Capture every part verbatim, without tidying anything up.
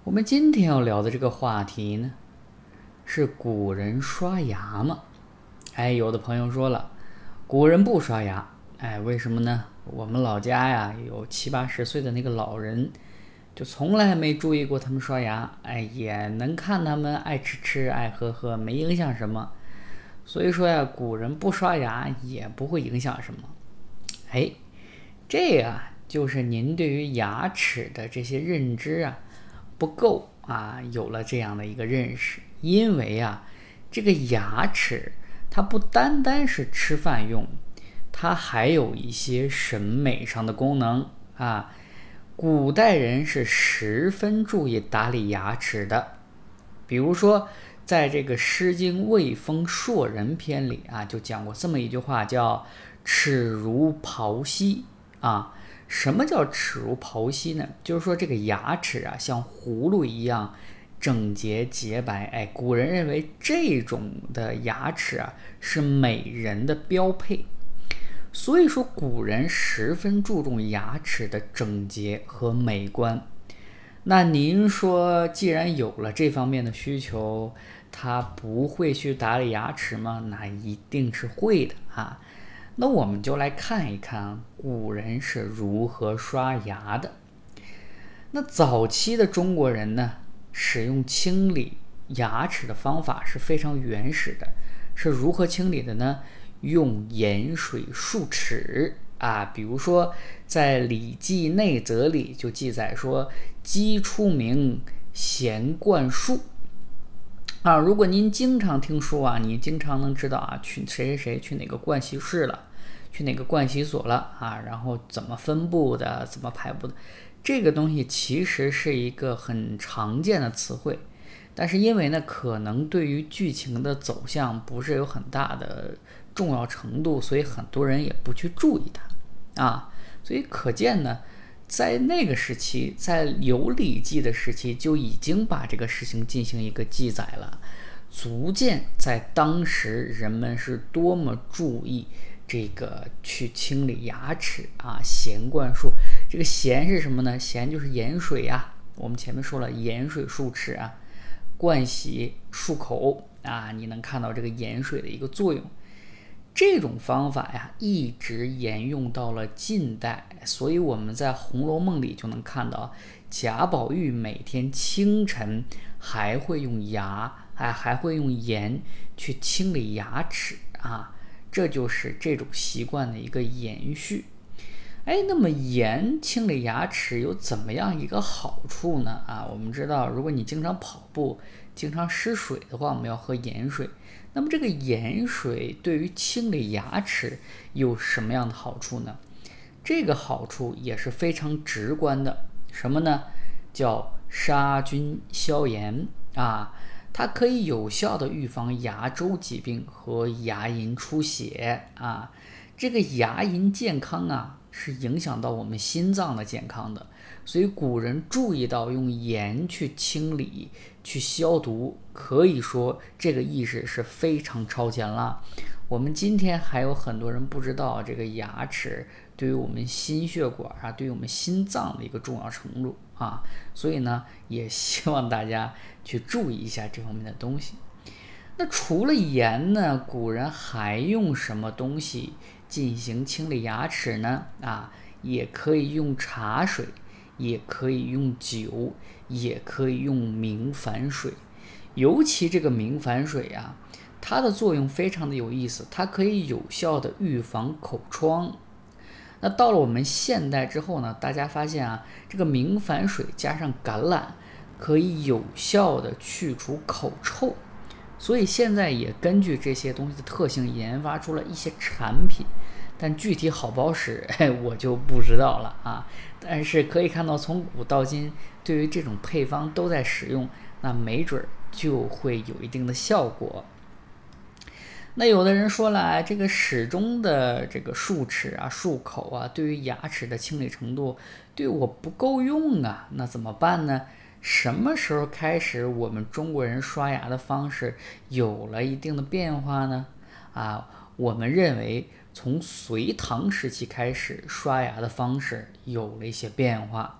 我们今天要聊的这个话题呢，是古人刷牙吗？哎，有的朋友说了，古人不刷牙，哎，为什么呢？我们老家呀，有七八十岁的那个老人，就从来没注意过他们刷牙，哎，也能看他们爱吃吃，爱喝喝，没影响什么。所以说呀，古人不刷牙也不会影响什么。哎，这呀，就是您对于牙齿的这些认知啊不够啊，有了这样的一个认识。因为啊，这个牙齿它不单单是吃饭用，它还有一些审美上的功能啊。古代人是十分注意打理牙齿的，比如说，在这个《诗经·卫风·硕人篇》里啊，就讲过这么一句话，叫“齿如刨兮”啊。什么叫齿如刨兮呢？就是说这个牙齿啊，像葫芦一样整洁洁白。哎，古人认为这种的牙齿啊是美人的标配，所以说古人十分注重牙齿的整洁和美观。那您说，既然有了这方面的需求，他不会去打理牙齿吗？那一定是会的啊。那我们就来看一看古人是如何刷牙的。那早期的中国人呢，使用清理牙齿的方法是非常原始的，是如何清理的呢？用盐水漱齿啊。比如说，在《礼记内则》里就记载说：鸡出名，咸灌漱。啊，如果您经常听书啊，你经常能知道啊，去谁谁谁去哪个盥洗室了，去哪个盥洗所了啊，然后怎么分布的，怎么排布的，这个东西其实是一个很常见的词汇，但是因为呢，可能对于剧情的走向不是有很大的重要程度，所以很多人也不去注意它啊，所以可见呢。在那个时期，在有礼记的时期，就已经把这个事情进行一个记载了，足见在当时人们是多么注意这个去清理牙齿啊。咸灌漱，这个咸是什么呢？咸就是盐水啊，我们前面说了，盐水漱齿啊，灌洗漱口啊，你能看到这个盐水的一个作用。这种方法呀，一直沿用到了近代，所以我们在《红楼梦》里就能看到，贾宝玉每天清晨还会用牙，还还会用盐去清理牙齿啊，这就是这种习惯的一个延续。哎，那么盐清理牙齿有怎么样一个好处呢？啊，我们知道，如果你经常跑步，经常失水的话，我们要喝盐水。那么这个盐水对于清理牙齿有什么样的好处呢？这个好处也是非常直观的，什么呢？叫杀菌消炎啊，它可以有效的预防牙周疾病和牙龈出血啊。这个牙龈健康啊，是影响到我们心脏的健康的，所以古人注意到用盐去清理、去消毒，可以说这个意识是非常超前了。我们今天还有很多人不知道这个牙齿对于我们心血管啊，对于我们心脏的一个重要程度啊，所以呢，也希望大家去注意一下这方面的东西。那除了盐呢，古人还用什么东西进行清理牙齿呢？啊，也可以用茶水，也可以用酒，也可以用明矾水。尤其这个明矾水啊，它的作用非常的有意思，它可以有效的预防口疮。那到了我们现代之后呢，大家发现啊，这个明矾水加上橄榄，可以有效的去除口臭。所以现在也根据这些东西的特性研发出了一些产品，但具体好不好使，哎，我就不知道了啊。但是可以看到，从古到今，对于这种配方都在使用，那没准就会有一定的效果。那有的人说了，哎，这个始终的这个漱齿啊、漱口啊，对于牙齿的清理程度对我不够用啊，那怎么办呢？什么时候开始我们中国人刷牙的方式有了一定的变化呢？啊，我们认为从隋唐时期开始，刷牙的方式有了一些变化。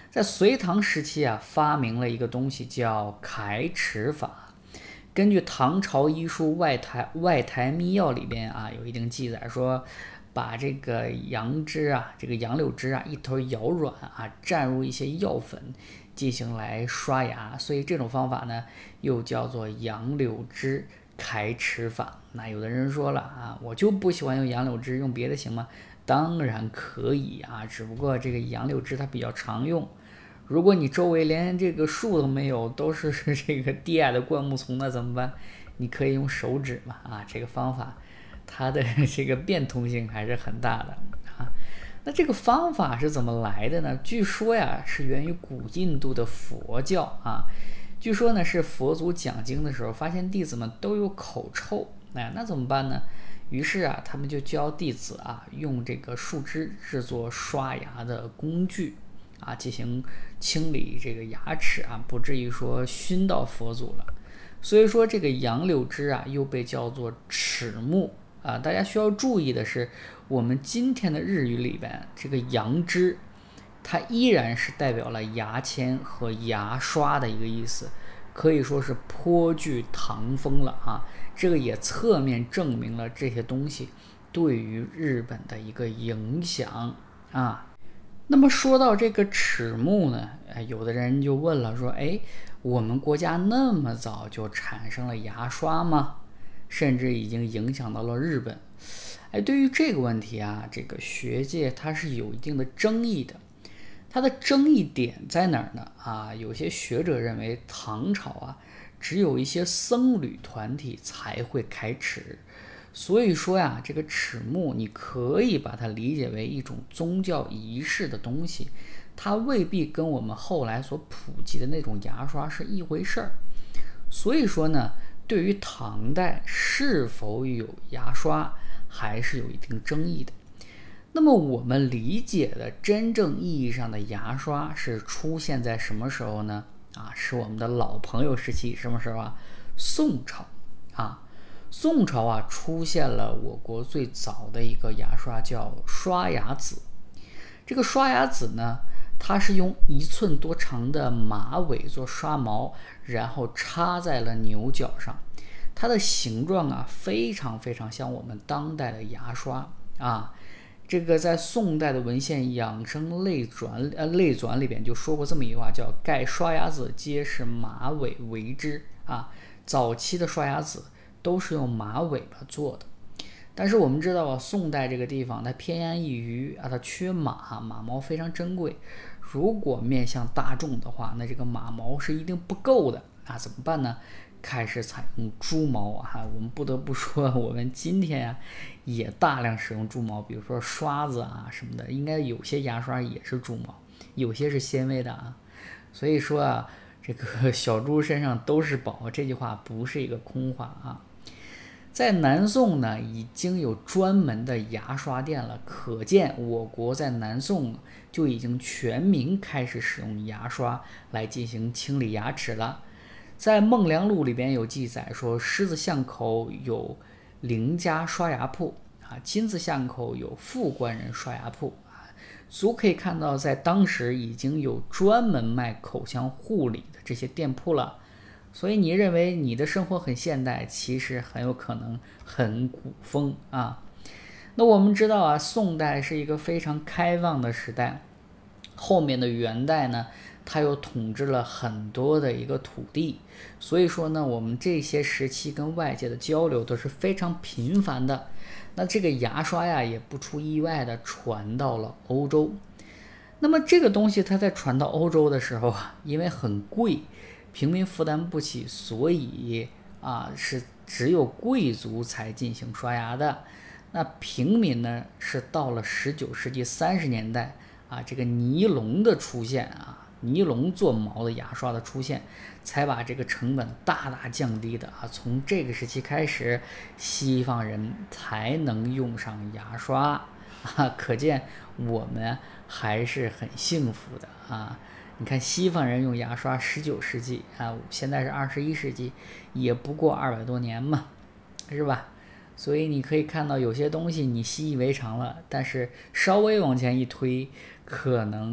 在隋唐时期啊，发明了一个东西叫揩齿法。根据唐朝医书《外台外台秘要》里边啊，有一定记载说，把这个杨枝啊，这个杨柳枝啊，一头咬软啊，蘸入一些药粉，进行来刷牙。所以这种方法呢，又叫做杨柳枝揩齿法。那有的人说了啊，我就不喜欢用杨柳枝，用别的行吗？当然可以啊，只不过这个杨柳枝它比较常用。如果你周围连这个树都没有，都是这个低矮的灌木丛，那怎么办？你可以用手指嘛，啊，这个方法它的这个变通性还是很大的啊。那这个方法是怎么来的呢？据说呀，是源于古印度的佛教啊。据说呢，是佛祖讲经的时候，发现弟子们都有口臭，哎，那怎么办呢？于是啊，他们就教弟子啊，用这个树枝制作刷牙的工具。啊，进行清理这个牙齿啊，不至于说熏到佛祖了。所以说这个杨柳枝啊，又被叫做齿木啊。大家需要注意的是，我们今天的日语里边，这个杨枝，它依然是代表了牙签和牙刷的一个意思，可以说是颇具唐风了啊。这个也侧面证明了这些东西对于日本的一个影响啊。那么说到这个齿木呢，哎，有的人就问了，说，哎，我们国家那么早就产生了牙刷吗？甚至已经影响到了日本。哎，对于这个问题啊，这个学界它是有一定的争议的。它的争议点在哪儿呢？啊，有些学者认为唐朝啊，只有一些僧侣团体才会开齿。所以说呀，这个齿木你可以把它理解为一种宗教仪式的东西，它未必跟我们后来所普及的那种牙刷是一回事儿。所以说呢，对于唐代是否有牙刷，还是有一定争议的。那么我们理解的真正意义上的牙刷是出现在什么时候呢？啊，是我们的老朋友时期，什么时候啊？宋朝啊。宋朝啊，出现了我国最早的一个牙刷，叫刷牙子。这个刷牙子呢，它是用一寸多长的马尾做刷毛，然后插在了牛角上。它的形状啊，非常非常像我们当代的牙刷啊。这个在宋代的文献《养生类传》呃类传里边就说过这么一句话，叫盖刷牙子皆是马尾为之啊。早期的刷牙子都是用马尾巴做的，但是我们知道啊，宋代这个地方它偏安一隅啊，它缺马，马毛非常珍贵。如果面向大众的话，那这个马毛是一定不够的啊，怎么办呢？开始采用猪毛啊。我们不得不说，我们今天啊也大量使用猪毛，比如说刷子啊什么的，应该有些牙刷也是猪毛，有些是纤维的啊。所以说啊，这个小猪身上都是宝，这句话不是一个空话啊。在南宋呢，已经有专门的牙刷店了，可见我国在南宋就已经全民开始使用牙刷来进行清理牙齿了。在《孟良录》里边有记载说，狮子巷口有邻家刷牙铺啊，金子巷口有副官人刷牙铺啊，足可以看到，在当时已经有专门卖口腔护理的这些店铺了。所以你认为你的生活很现代，其实很有可能很古风啊。那我们知道啊，宋代是一个非常开放的时代，后面的元代呢，它又统治了很多的一个土地，所以说呢，我们这些时期跟外界的交流都是非常频繁的。那这个牙刷呀，也不出意外的传到了欧洲。那么这个东西它在传到欧洲的时候啊，因为很贵，平民负担不起，所以啊是只有贵族才进行刷牙的。那平民呢，是到了十九世纪三十年代啊，这个尼龙的出现啊，尼龙做毛的牙刷的出现，才把这个成本大大降低的啊。从这个时期开始，西方人才能用上牙刷啊，可见我们还是很幸福的啊。你看西方人用牙刷，十九世纪啊，现在是二十一世纪，也不过二百多年嘛，是吧？所以你可以看到有些东西你习以为常了，但是稍微往前一推，可能当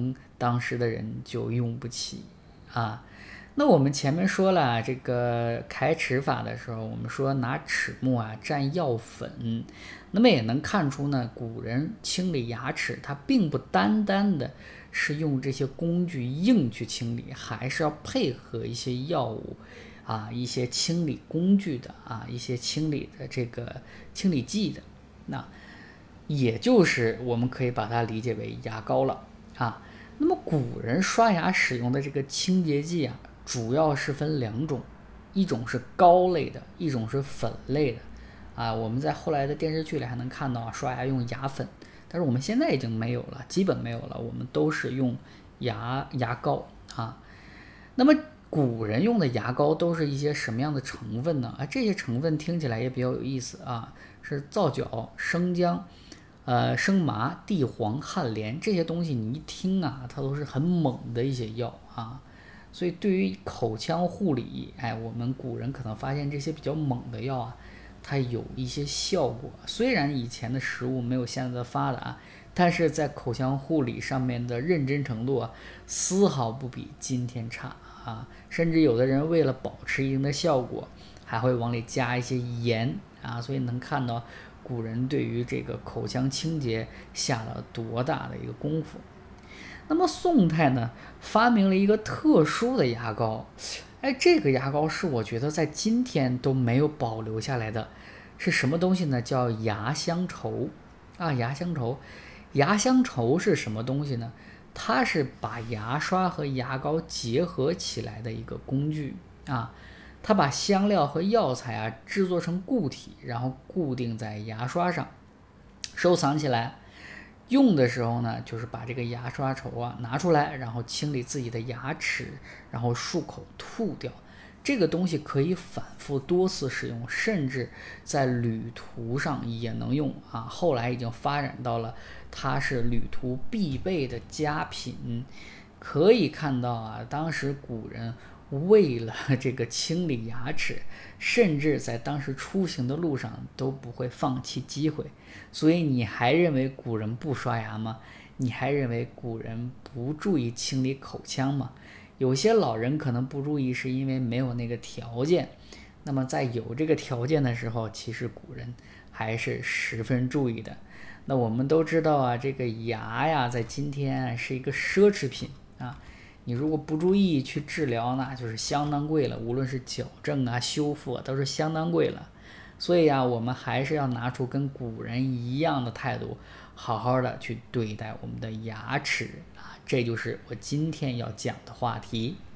当时的人就用不起啊。那我们前面说了，这个开齿法的时候，我们说拿齿木啊蘸药粉，那么也能看出呢，古人清理牙齿，它并不单单的是用这些工具硬去清理，还是要配合一些药物啊，一些清理工具的啊，一些清理的这个清理剂的，那也就是我们可以把它理解为牙膏了啊。那么古人刷牙使用的这个清洁剂啊，主要是分两种，一种是膏类的，一种是粉类的啊。我们在后来的电视剧里还能看到、啊、刷牙用牙粉，但是我们现在已经没有了，基本没有了，我们都是用牙牙膏啊。那么古人用的牙膏都是一些什么样的成分呢？啊，这些成分听起来也比较有意思啊，是皂角、生姜、呃生麻、地黄、汉连，这些东西你一听啊，它都是很猛的一些药啊。所以对于口腔护理，哎，我们古人可能发现这些比较猛的药啊，它有一些效果。虽然以前的食物没有现在的发达，但是在口腔护理上面的认真程度啊，丝毫不比今天差啊。甚至有的人为了保持一定的效果，还会往里加一些盐啊。所以能看到古人对于这个口腔清洁下了多大的一个功夫。那么宋代呢，发明了一个特殊的牙膏，哎，这个牙膏是我觉得在今天都没有保留下来的，是什么东西呢？叫牙香稠啊，牙香稠，牙香稠是什么东西呢？它是把牙刷和牙膏结合起来的一个工具啊，它把香料和药材啊制作成固体，然后固定在牙刷上，收藏起来。用的时候呢，就是把这个牙刷稠啊拿出来，然后清理自己的牙齿，然后漱口吐掉。这个东西可以反复多次使用，甚至在旅途上也能用啊。后来已经发展到了它是旅途必备的佳品。可以看到啊，当时古人为了这个清理牙齿，甚至在当时出行的路上都不会放弃机会。所以你还认为古人不刷牙吗？你还认为古人不注意清理口腔吗？有些老人可能不注意是因为没有那个条件，那么在有这个条件的时候，其实古人还是十分注意的。那我们都知道啊，这个牙呀在今天是一个奢侈品啊，你如果不注意去治疗，那就是相当贵了，无论是矫正啊修复啊都是相当贵了。所以啊，我们还是要拿出跟古人一样的态度，好好的去对待我们的牙齿啊，这就是我今天要讲的话题。